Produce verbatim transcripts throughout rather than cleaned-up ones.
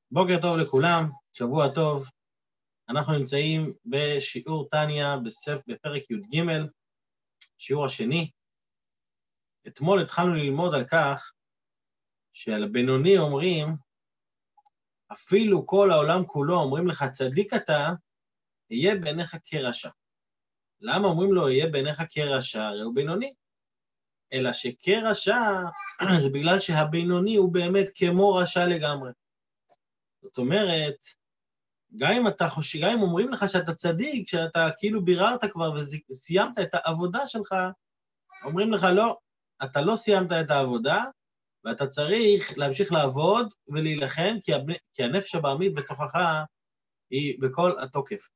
בוקר טוב לכולם, שבוע טוב. אנחנו נמצאים בשיעור תניה בספר בפרק י"ג, שיעור השני. אתמול התחלנו ללמוד על כך שעל הבינוני אומרים, אפילו כל העולם כולו אומרים לך צדיק אתה, יהיה בעיניך כרשע. למה אומרים לו יהיה בעיניך כרשע? הרי הוא בינוני. אלא שכרשע זה בגלל שהבינוני הוא באמת כמו רשע לגמרי. זאת אומרת, גם אם אתה חושב, גם אם אומרים לך שאתה צדיק, שאתה כאילו ביררת כבר וסיימת את העבודה שלך, אומרים לך לא, אתה לא סיימת את העבודה, ואתה צריך להמשיך לעבוד ולהילחם, כי, הבני, כי הנפש הבעמית בתוכך היא בכל התוקף.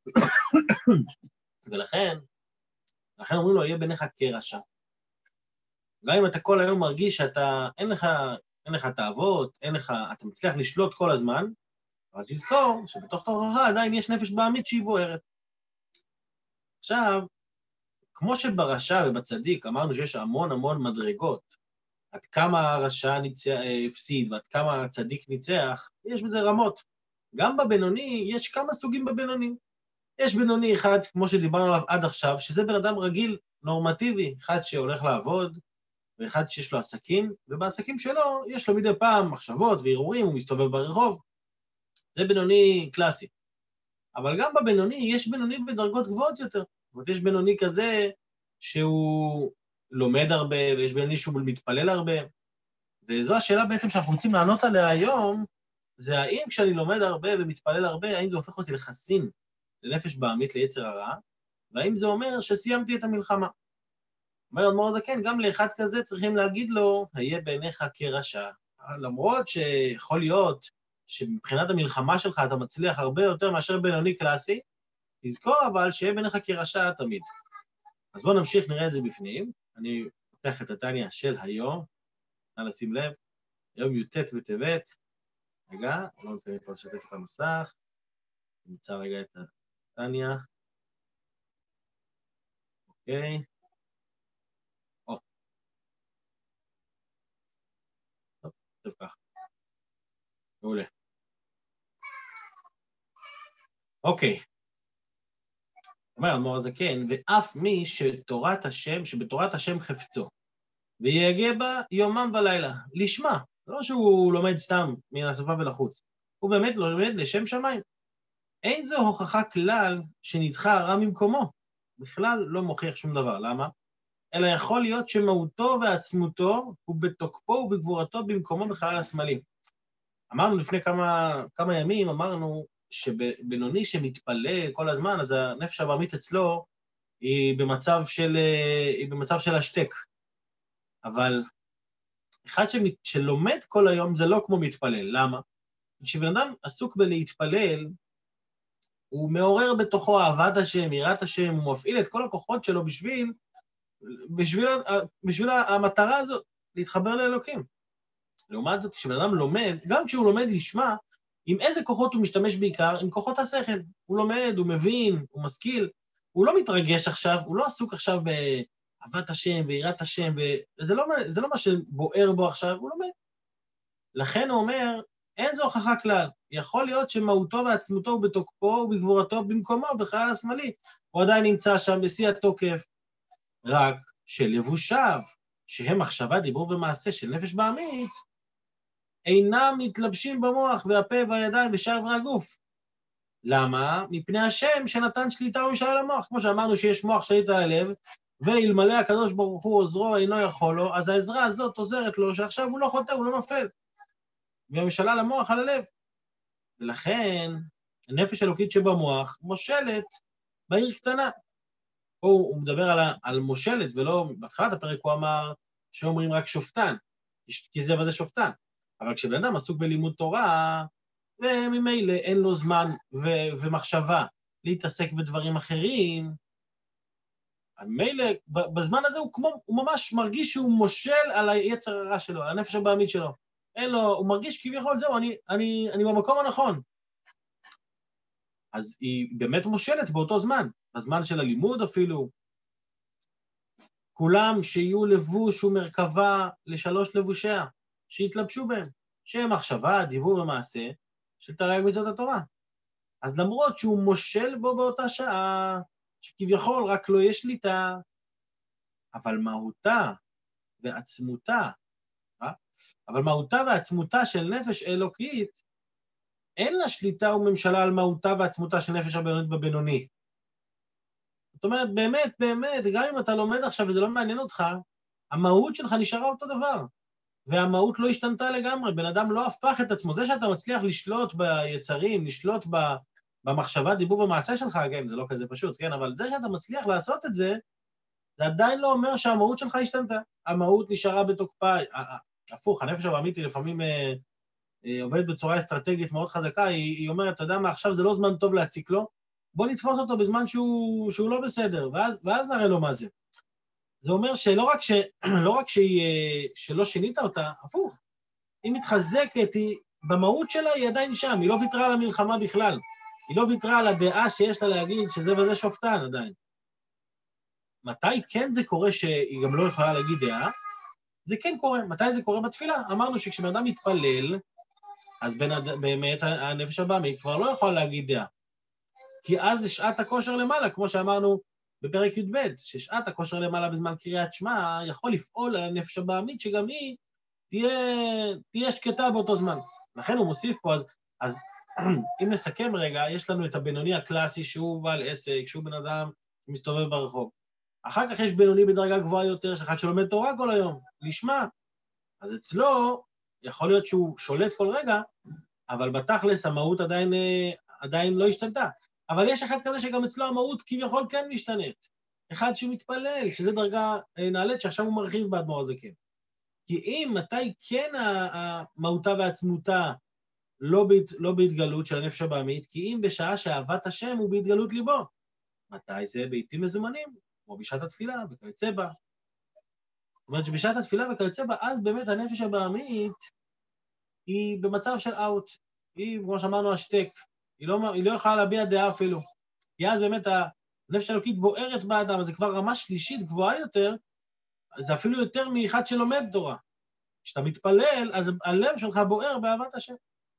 ולכן, לכן אומרים לו, יהיה בעיניך כרשע. גם אם אתה כל היום מרגיש שאתה, אין לך, אין לך תאוות, אין לך, אתה מצליח לשלוט כל הזמן, אבל תזכור שבתוך תוכך עדיין יש נפש בעמית שהיא בוערת. עכשיו, כמו שברשע ובצדיק אמרנו שיש המון המון מדרגות, עד כמה הרשע ניצח, הפסיד ועד כמה הצדיק ניצח, יש בזה רמות. גם בבינוני יש כמה סוגים בבינוני. יש בינוני אחד, כמו שדיברנו עליו עד עכשיו, שזה בן אדם רגיל, נורמטיבי, אחד שהולך לעבוד, ואחד שיש לו עסקים, ובעסקים שלו יש לו מדי פעם מחשבות וערעורים, הוא מסתובב ברחוב. זה בינוני קלאסי. אבל גם בבינוני יש בינוני בדרגות גבוהות יותר. זאת אומרת, יש בינוני כזה שהוא לומד הרבה, ויש בינוני שהוא מתפלל הרבה. וזו השאלה בעצם שאנחנו רוצים לענות עליה היום, זה האם כשאני לומד הרבה ומתפלל הרבה, האם זה הופך אותי לחסין לנפש בעמית ליצר הרע, והאם זה אומר שסיימתי את המלחמה. אומר אדמו"ר הזקן, גם לאחד כזה צריכים להגיד לו, היה בעיניך כרשע. למרות שיכול להיות שמבחינת המלחמה שלך אתה מצליח הרבה יותר מאשר בינוני קלאסי, תזכור אבל שיהיה בעיניך כרשע תמיד. אז בואו נמשיך, נראה את זה בפנים. אני פותח את התניה של היום, נא לשים לב, היום י"ט בטבת, רגע, לא נתן לי פה לשתף את המסך, נמצא רגע את התניה, אוקיי, או, טוב, טוב כך, מעולה. אוקיי, אומר אדמו"ר הזקן, ואף מי שתורת השם, שבתורת השם חפצו, ויהגה בה יומם ולילה, לשמה, לא שהוא לומד סתם מן השפה ולחוץ, הוא באמת לומד לשם שמיים. אין זו הוכחה כלל שנדחה הרע ממקומו, בכלל לא מוכיח שום דבר, למה? אלא יכול להיות שמהותו ועצמותו הוא בתוקפו ובגבורתו במקומו בחלל השמאלי. אמרנו לפני כמה, כמה ימים, אמרנו שבבינוני שמתפלל כל הזמן, אז הנפש הבעמית אצלו היא במצב של, היא במצב של השתק. אבל אחד שלומד כל היום זה לא כמו מתפלל, למה? כשבן אדם עסוק בלהתפלל, הוא מעורר בתוכו אהבת השם, יראת השם, הוא מפעיל את כל הכוחות שלו בשביל, בשביל, בשביל המטרה הזאת, להתחבר לאלוקים. לעומת זאת, כשבן אדם לומד, גם כשהוא לומד לשמה, עם איזה כוחות הוא משתמש בעיקר? עם כוחות השכל. הוא לומד, הוא מבין, הוא משכיל, הוא לא מתרגש עכשיו, הוא לא עסוק עכשיו באהבת השם, ביראת השם, וזה לא, זה לא מה שבוער בו עכשיו, הוא לומד. לכן הוא אומר, אין זו הוכחה כלל. יכול להיות שמהותו ועצמותו הוא בתוקפו ובגבורתו במקומו, בחלל השמאלי. הוא עדיין נמצא שם בשיא התוקף, רק שלבושיו, שהם מחשבה, דיבור ומעשה של נפש בעמית, אינם מתלבשים במוח והפה והידיים ושאר אברי הגוף. למה? מפני השם שנתן שליטה ומשל על המוח. כמו שאמרנו שיש מוח שליט על הלב, ואלמלא הקדוש ברוך הוא עוזרו אינו יכול לו, אז העזרה הזאת עוזרת לו שעכשיו הוא לא חוטא, הוא לא נופל. והמשלה למוח על הלב. ולכן, הנפש אלוקית שבמוח מושלת בעיר קטנה. פה הוא מדבר על, על מושלת, ולא, בהתחלת הפרק הוא אמר שאומרים רק שופטן, כי זה וזה שופטן. אבל כשבן אדם עסוק בלימוד תורה, וממילא אין לו זמן ו- ומחשבה להתעסק בדברים אחרים, ממילא בזמן הזה הוא, כמו, הוא ממש מרגיש שהוא מושל על היצר הרע שלו, על הנפש הבעמית שלו. אין לו, הוא מרגיש כביכול, זהו, אני, אני, אני במקום הנכון. אז היא באמת מושלת באותו זמן, בזמן של הלימוד אפילו. כולם שיהיו לבוש ומרכבה לשלוש לבושיה, שיתלבשו בהם, שהם מחשבה, דיבור ומעשה, של תרי"ג מצוות התורה. אז למרות שהוא מושל בו באותה שעה, שכביכול רק לא יש שליטה, אבל מהותה ועצמותה, אה? אבל מהותה ועצמותה של נפש אלוקית, אין לה שליטה וממשלה על מהותה ועצמותה של נפש הבינונית בבינוני. זאת אומרת, באמת, באמת, גם אם אתה לומד עכשיו וזה לא מעניין אותך, המהות שלך נשארה אותו דבר, והמהות לא השתנתה לגמרי, בן אדם לא הפך את עצמו. זה שאתה מצליח לשלוט ביצרים, לשלוט במחשבה, דיבור ומעשה שלך, כן, זה לא כזה פשוט, כן, אבל זה שאתה מצליח לעשות את זה, זה עדיין לא אומר שהמהות שלך השתנתה. המהות נשארה בתוקפה, הפוך, הנפש הבעמית היא לפעמים אה, אה, עובדת בצורה אסטרטגית מאוד חזקה, היא, היא אומרת, אתה יודע מה, עכשיו זה לא זמן טוב להציק לו, בוא נתפוס אותו בזמן שהוא, שהוא לא בסדר, ואז, ואז נראה לו מה זה. זה אומר שלא רק, ש, לא רק שהיא, שלא שינית אותה, הפוך, היא מתחזקת, היא, במהות שלה היא עדיין שם, היא לא ויתרה על המלחמה בכלל, היא לא ויתרה על הדעה שיש לה להגיד שזה וזה שופטן עדיין. מתי כן זה קורה שהיא גם לא יכולה להגיד דעה? זה כן קורה. מתי זה קורה בתפילה? אמרנו שכשבן אדם מתפלל, אז בין, באמת הנפש הבעמית כבר לא יכול להגיד דעה. כי אז זה שעת הכושר למעלה, כמו שאמרנו בפרק י"ב, ששעת הכושר למעלה בזמן קריאת שמע יכול לפעול על הנפש הבעמית, שגם היא תהיה, תהיה שקטה באותו זמן. לכן הוא מוסיף פה, אז, אז אם נסכם רגע, יש לנו את הבינוני הקלאסי שהוא בעל עסק, שהוא בן אדם שמסתובב ברחוב. אחר כך יש בינוני בדרגה גבוהה יותר, שאחד שלומד תורה כל היום, לשמה. אז אצלו יכול להיות שהוא שולט כל רגע, אבל בתכלס המהות עדיין, עדיין לא השתנתה. אבל יש אחד כזה שגם אצלו המהות כביכול כן משתנית. אחד שהוא מתפלל, שזה דרגה נעלית שעכשיו הוא מרחיב באדמו"ר הזקן. כי אם מתי כן המהותה ועצמותה לא, בהת, לא בהתגלות של הנפש הבעמית, כי אם בשעה שאהבת השם הוא בהתגלות ליבו. מתי זה? בעיתים מזומנים, כמו בשעת התפילה וכיוצא בה. זאת אומרת שבשעת התפילה וכיוצא בה, אז באמת הנפש הבעמית היא במצב של אאוט. היא, כמו שאמרנו, השתק. היא לא, היא לא יכולה להביע דעה אפילו. כי אז באמת הנפש האלוקית בוערת באדם, אז זה כבר רמה שלישית גבוהה יותר, זה אפילו יותר מאחד שלומד תורה. כשאתה מתפלל, אז הלב שלך בוער באהבת השם.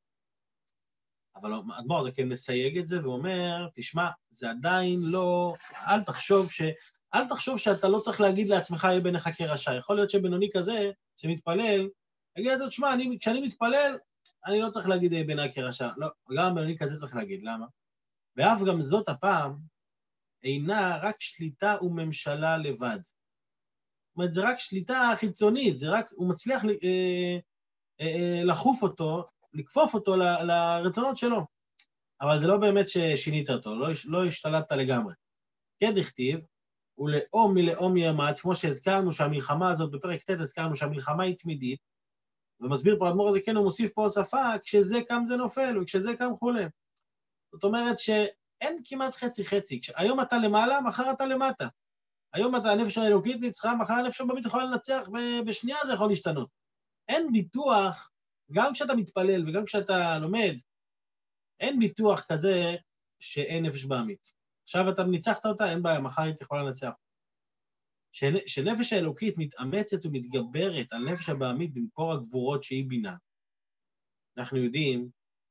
אבל האדמו"ר הזה כן מסייג את זה ואומר, תשמע, זה עדיין לא, אל תחשוב ש... אל תחשוב שאתה לא צריך להגיד לעצמך, יהיה בעיניך כרשע. יכול להיות שבינוני כזה, שמתפלל, יגיד לזה, תשמע, אני, כשאני מתפלל, אני לא צריך להגיד יהיה בעיניי כרשע. לא, גם בינוני כזה צריך להגיד, למה? ואף גם זאת הפעם, אינה רק שליטה וממשלה לבד. זאת אומרת, זה רק שליטה חיצונית, זה רק, הוא מצליח אה, אה, אה, לחוף אותו, לקפוף אותו ל, לרצונות שלו. אבל זה לא באמת ששינית אותו, לא, לא השתלטת לגמרי. כן דכתיב, ולאום מלאום יאמץ, כמו שהזכרנו שהמלחמה הזאת, בפרק ט' הזכרנו שהמלחמה היא תמידית, ומסביר פה האדמו"ר הזה, כן, הוא מוסיף פה הוספה, כשזה קם זה נופל, וכשזה קם חולה. זאת אומרת שאין כמעט חצי-חצי. היום אתה למעלה, מחר אתה למטה. היום אתה הנפש האלוקית ניצחה, מחר הנפש הבעמית יכולה לנצח, ובשנייה זה יכול להשתנות. אין ביטוח, גם כשאתה מתפלל וגם כשאתה לומד, אין ביטוח כזה שאין נפש בעמית. עכשיו אתה ניצחת אותה, אין בעיה, מחר היא יכולה לנצח. שנפש האלוקית מתאמצת ומתגברת על נפש הבעמית במקור הגבורות שהיא בינה. אנחנו יודעים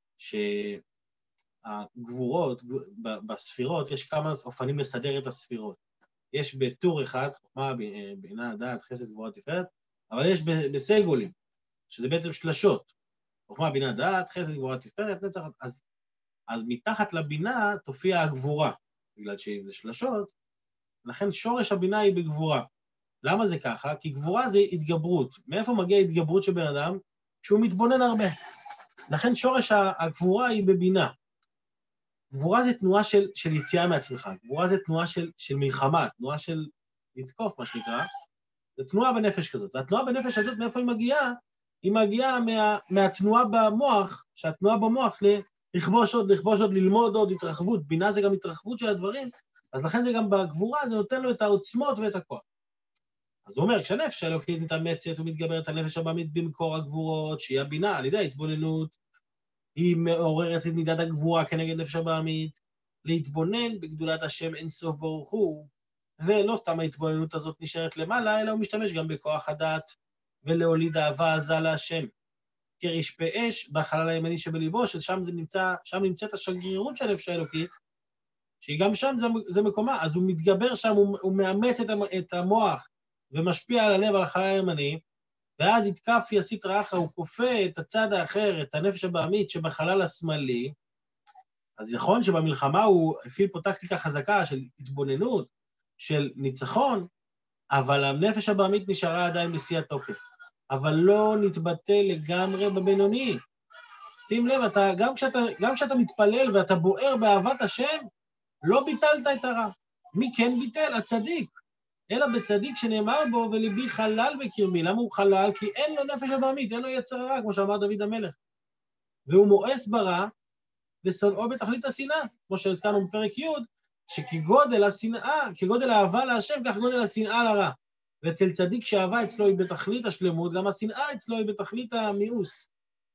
שהגבורות, בספירות, יש כמה אופנים לסדר את הספירות. יש בטור אחד, חוכמה, בינה, דעת, חסד, גבורה, תפארת, אבל יש בסגולים, שזה בעצם שלשות. חוכמה, בינה, דעת, חסד, גבורה, תפארת, נצח, אז, אז מתחת לבינה תופיע הגבורה, בגלל שזה שלשות, לכן שורש הבינה היא בגבורה. למה זה ככה? כי גבורה זה התגברות. מאיפה מגיעה התגברות של בן אדם? שהוא מתבונן הרבה. לכן שורש הגבורה היא בבינה. גבורה זה תנועה של, של יציאה מעצמך. גבורה זה תנועה של, של מלחמה, תנועה של לתקוף, מה שנקרא. זה תנועה בנפש כזאת. והתנועה בנפש הזאת, מאיפה היא מגיעה? היא מגיעה מה, מהתנועה במוח, שהתנועה במוח לכבוש עוד, לכבוש עוד, ללמוד עוד, התרחבות. בינה זה גם התרחבות של הדברים. אז לכן זה גם בגבורה, זה נותן לו את העוצמות ואת הכוח. אז הוא אומר, כשהנפש האלוקית מתאמצת ומתגברת על נפש הבעמית במקור הגבורות, שהיא הבינה, על ידי ההתבוננות, היא מעוררת את מידת הגבורה כנגד נפש הבעמית, להתבונן בגדולת השם אין סוף ברוך הוא, ולא סתם ההתבוננות הזאת נשארת למעלה, אלא הוא משתמש גם בכוח הדעת, ולהוליד אהבה עזה להשם. כרשפה אש בחלל הימני שבליבו, ששם זה נמצא, שם נמצאת השגרירות של הנפש האלוקית, שהיא גם שם זה, זה מקומה, אז הוא מתגבר שם, הוא, הוא מאמץ את, את המוח ומשפיע על הלב, על החלל הימני, ואז יתקף יסית רעך, הוא כופה את הצד האחר, את הנפש הבעמית שבחלל השמאלי, אז נכון שבמלחמה הוא הפעיל פה טקטיקה חזקה של התבוננות, של ניצחון, אבל הנפש הבעמית נשארה עדיין בשיא התוקף. אבל לא נתבטא לגמרי בבינוני. שים לב, אתה, גם, כשאתה, גם כשאתה מתפלל ואתה בוער באהבת השם, לא ביטלת את הרע. מי כן ביטל? הצדיק. אלא בצדיק שנאמר בו, ולבי חלל בקרבי. למה הוא חלל? כי אין לו נפש הבעמית, אין לו יצר הרע, כמו שאמר דוד המלך. והוא מואס ברע, ושונאו בתכלית השנאה, כמו שהזכרנו בפרק י', שכגודל השנאה, כגודל האהבה להשם, כך גודל השנאה לרע. ואצל צדיק שהאהבה אצלו היא בתכלית השלמות, גם השנאה אצלו היא בתכלית המיאוס.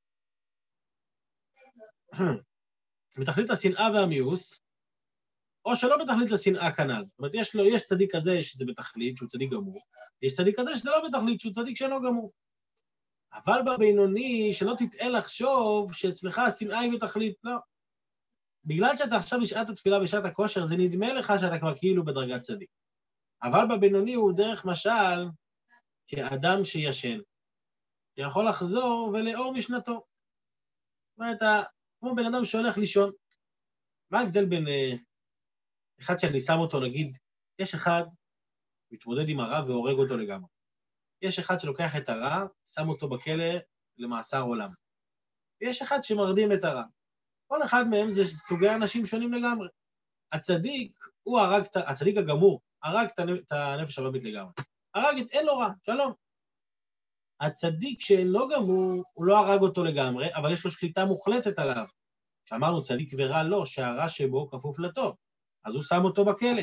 בתכלית השנאה והמיאוס, או שלא בתכלית השנאה כנ"ל. זאת אומרת, יש לו, יש צדיק כזה שזה בתכלית, שהוא צדיק גמור, יש צדיק כזה שזה לא בתכלית, שהוא צדיק שאינו גמור. אבל בבינוני, שלא תטעה לחשוב שאצלך השנאה היא בתכלית, לא. בגלל שאתה עכשיו בשעת התפילה, בשעת הכושר, זה נדמה לך שאתה כבר כאילו בדרגת צדיק. אבל בבינוני הוא דרך משל כאדם שישן, יכול לחזור ולאור משנתו. זאת אומרת, כמו בן אדם שהולך לישון. מה ההבדל בין uh, אחד שאני שם אותו, נגיד, יש אחד מתמודד עם הרע והורג אותו לגמרי. יש אחד שלוקח את הרע, שם אותו בכלא למאסר עולם. ויש אחד שמרדים את הרע. כל אחד מהם זה סוגי אנשים שונים לגמרי. הצדיק, הוא הרג, הצדיק הגמור, הרג את הנפש הבעמית לגמרי. הרג את, אין לו רע, שלום. הצדיק שאינו גמור, הוא לא הרג אותו לגמרי, אבל יש לו שליטה מוחלטת עליו. כשאמרנו צדיק ורע לא, שהרע שבו כפוף לטוב. אז הוא שם אותו בכלא.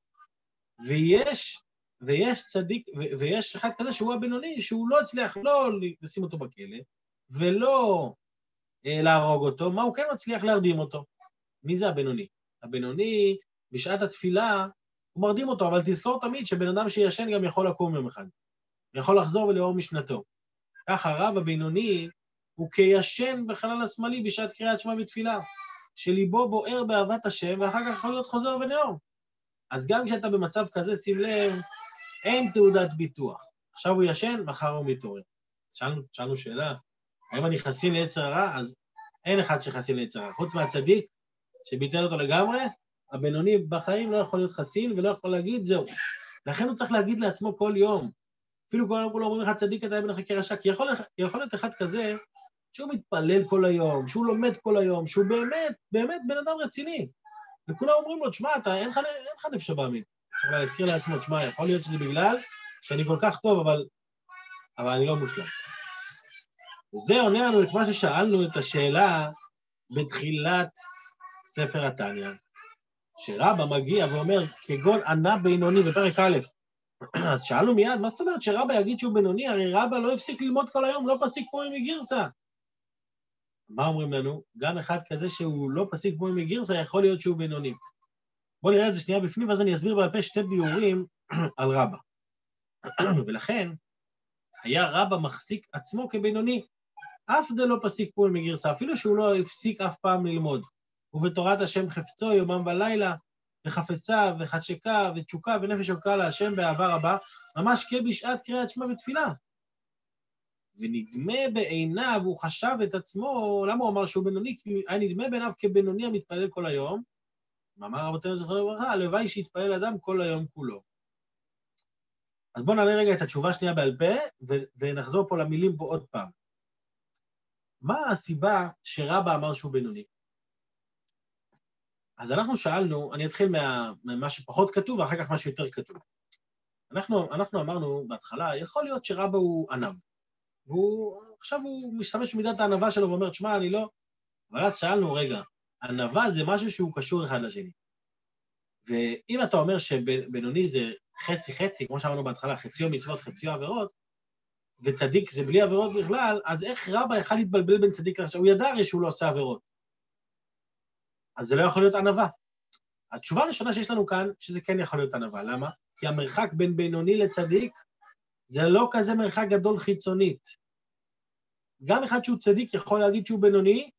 ויש, ויש צדיק, ו, ויש אחד כזה שהוא הבינוני, שהוא לא הצליח לא לשים אותו בכלא, ולא אה, להרוג אותו, מה הוא כן מצליח להרדים אותו? מי זה הבינוני? הבינוני, בשעת התפילה, הוא מרדים אותו, אבל תזכור תמיד שבן אדם שישן גם יכול לקום יום אחד. יכול לחזור ולאור משנתו. כך הרב הבינוני הוא כישן בחלל השמאלי בשעת קריאת שמע בתפילה, שליבו בוער באהבת השם, ואחר כך יכול להיות חוזר ונאור. אז גם כשאתה במצב כזה, שים לב, אין תעודת ביטוח. עכשיו הוא ישן, מחר הוא מתעורר. שאלנו, שאלנו שאלה, האם אני חסין ליצר הרע? אז אין אחד שחסין ליצר הרע. חוץ מהצדיק, שביטל אותו לגמרי, הבינוני בחיים לא יכול להיות חסין, ולא יכול להגיד, זהו. לכן הוא צריך להגיד לעצמו כל יום. אפילו כל יום אומרים לך, צדיק אתה אבן החקר רשע, כי יכול, יכול להיות אחד כזה, שהוא מתפלל כל היום, שהוא לומד כל היום, שהוא באמת, באמת בן אדם רציני. וכולם אומרים לו, תשמע, אתה, אין לך, אין לך נפש הבעמית. צריך להזכיר לעצמו, תשמע, יכול להיות שזה בגלל שאני כל כך טוב, אבל, אבל אני לא מושלם. וזה עונה לנו את מה ששאלנו, את השאלה בתחילת ספר התניא, שרבא מגיע ואומר, כגון ענה בינוני בפרק א', אז שאלנו מיד, מה זאת אומרת שרבא יגיד שהוא בינוני? הרי רבא לא הפסיק ללמוד כל היום, לא פסיק כמו עם גרסה. מה אומרים לנו? גם אחד כזה שהוא לא פסיק כמו עם גרסה, יכול להיות שהוא בינוני. בואו נראה את זה שנייה בפנים, ואז אני אסביר בעל פה שתי ביורים על רבא. ולכן, היה רבא מחזיק עצמו כבינוני, אף דה לא פסיק כמו עם גרסה, אפילו שהוא לא הפסיק אף פעם ללמוד. ובתורת השם חפצו יומם ולילה, וחפצה וחדשקה ותשוקה ונפש יוקרה להשם באהבה רבה, ממש כבשעת קריאת שמע בתפילה. ונדמה בעיניו, הוא חשב את עצמו, למה הוא אמר שהוא בינוני? כי היה נדמה בעיניו כבינוני המתפלל כל היום, מאמר רבותינו זכרונו לברכה, הלוואי שיתפלל אדם כל היום כולו. אז בואו נעלה רגע את התשובה שנייה בעל פה, ו- ונחזור פה למילים פה עוד פעם. מה הסיבה שרבא אמר שהוא בינוני? אז אנחנו שאלנו, אני אתחיל מה, ממה שפחות כתוב, ואחר כך מה שיותר כתוב. אנחנו, אנחנו אמרנו בהתחלה, יכול להיות שרבא הוא ענב, והוא, עכשיו הוא משתמש במידת הענבה שלו ואומר, תשמע, אני לא... אבל אז שאלנו, רגע, ענבה זה משהו שהוא קשור אחד לשני. ואם אתה אומר שבינוני זה חצי-חצי, כמו שאמרנו בהתחלה, חציו מצוות, חציו עבירות, וצדיק זה בלי עבירות בכלל, אז איך רבא יכל להתבלבל בין צדיק לרשע? הוא ידע הרי שהוא לא עושה עבירות. אז זה לא יכול להיות ענבה. התשובה הראשונה שיש לנו כאן, שזה כן יכול להיות ענבה. למה? כי המרחק בין בינוני לצדיק, זה לא כזה מרחק גדול חיצונית. גם אחד שהוא צדיק יכול להגיד שהוא בינוני,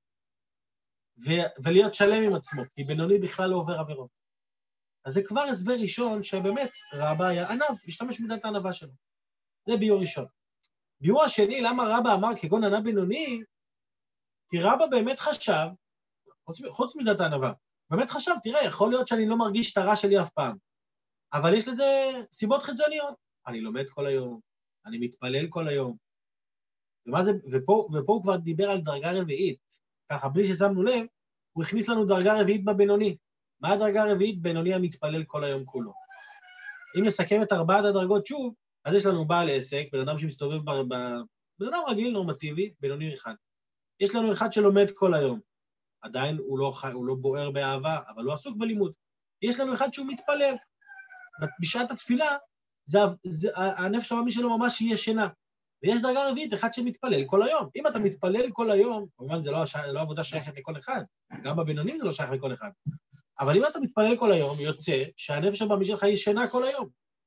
ו- ולהיות שלם עם עצמו, כי בינוני בכלל לא עובר עבירות. אז זה כבר הסבר ראשון שבאמת רבא היה ענב, משתמש במידת הענבה שלו. זה ביור ראשון. ביור השני, למה רבא אמר כגון ענב בינוני? כי רבא באמת חשב, חוץ, חוץ מידת הענבה, באמת חשב, תראה, יכול להיות שאני לא מרגיש את הרע שלי אף פעם, אבל יש לזה סיבות חיצוניות. אני לומד כל היום, אני מתפלל כל היום. ומה זה, ופה, ופה הוא כבר דיבר על דרגה רביעית. ככה, בלי ששמנו לב, הוא הכניס לנו דרגה רביעית בבינוני. מה הדרגה הרביעית? בינוני המתפלל כל היום כולו. אם נסכם את ארבעת הדרגות שוב, אז יש לנו בעל עסק, בן אדם שמסתובב, ב... ב... בן אדם רגיל, נורמטיבי, בינוני אחד. יש לנו אחד שלומד כל היום. עדיין הוא לא, חי... הוא לא בוער באהבה, אבל הוא עסוק בלימוד. יש לנו אחד שהוא מתפלל. בשעת התפילה, זה... זה... הנפש העממי שלו ממש יהיה שינה. ויש דרגה רביעית, אחד שמתפלל כל היום. אם אתה מתפלל כל היום, כמובן זה לא, לא עבודה שייכת לכל אחד, גם בבינונים זה לא שייך לכל אחד. אבל אם אתה מתפלל כל היום, יוצא שהנפש הבאמית שלך ישנה כל היום.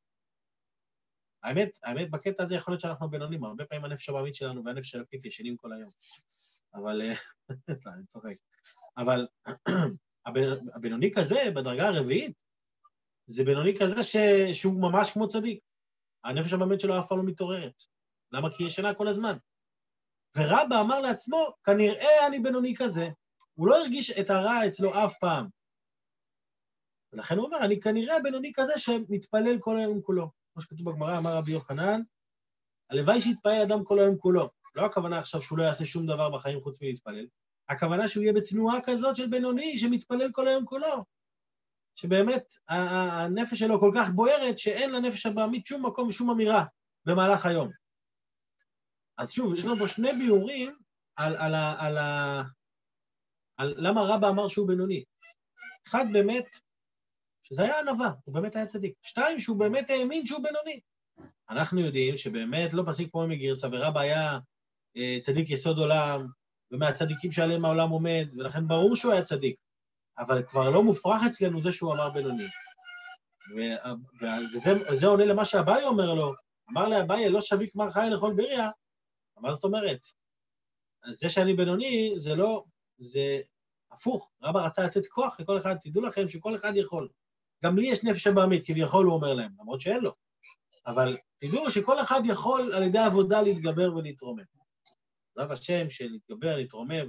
האמת, האמת, בקטע הזה יכול להיות שאנחנו בינונים, הרבה פעמים הנפש הבאמית שלנו והנפש שלפית ישנים כל היום. אבל, סתם, אני צוחק. אבל הבינוני כזה, בדרגה הרביעית, זה בינוני כזה ש... שהוא ממש כמו צדיק. הנפש הבאמית שלו אף פעם לא מתעוררת. למה? כי ישנה כל הזמן. ורבא אמר לעצמו, כנראה אני בינוני כזה. הוא לא הרגיש את הרע אצלו אף פעם. ולכן הוא אומר, אני כנראה בינוני כזה שמתפלל כל היום כולו. כמו שכתוב בגמרא, אמר רבי יוחנן, הלוואי שיתפלל אדם כל היום כולו. לא הכוונה עכשיו שהוא לא יעשה שום דבר בחיים חוץ מלהתפלל. הכוונה שהוא יהיה בתנועה כזאת של בינוני, שמתפלל כל היום כולו. שבאמת הנפש שלו כל כך בוערת, שאין לנפש הבאמית שום מקום ושום אמירה במהלך היום. אז שוב, יש לנו פה שני ביורים על, על, על, על, על למה רבא אמר שהוא בינוני. אחד באמת, שזה היה ענווה, הוא באמת היה צדיק. שתיים, שהוא באמת האמין שהוא בינוני. אנחנו יודעים שבאמת לא פסיק פה מגרסה, ורבא היה אה, צדיק יסוד עולם, ומהצדיקים שעליהם העולם עומד, ולכן ברור שהוא היה צדיק. אבל כבר לא מופרך אצלנו זה שהוא אמר בינוני. ו- ו- וזה, וזה עונה למה שאביי אומר לו, אמר לאביי, לא שביק מר חי לכל בריה, מה זאת אומרת? זה שאני בינוני, זה לא, זה הפוך. רבא רצה לתת כוח לכל אחד, תדעו לכם שכל אחד יכול. גם לי יש נפש הבאמית, כביכול הוא אומר להם, למרות שאין לו. אבל תדעו שכל אחד יכול על ידי עבודה להתגבר ולהתרומם. בעזרת השם שנתגבר, להתרומם,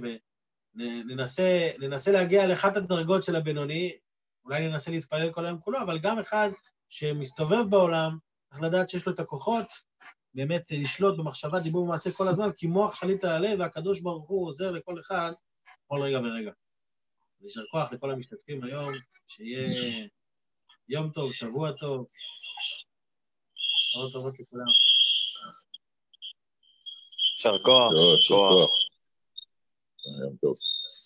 וננסה ננסה להגיע לאחת הדרגות של הבינוני, אולי ננסה להתפלל כל היום כולו, אבל גם אחד שמסתובב בעולם, צריך לדעת שיש לו את הכוחות, באמת לשלוט במחשבה, דיבור ומעשה כל הזמן, כי מוח שליט על הלב, והקדוש ברוך הוא עוזר לכל אחד, כל רגע ורגע. אז יישר כוח לכל המשתתפים היום, שיהיה יום טוב, שבוע טוב, שעות טובות לכולם. יישר כוח. יישר כוח. יום טוב.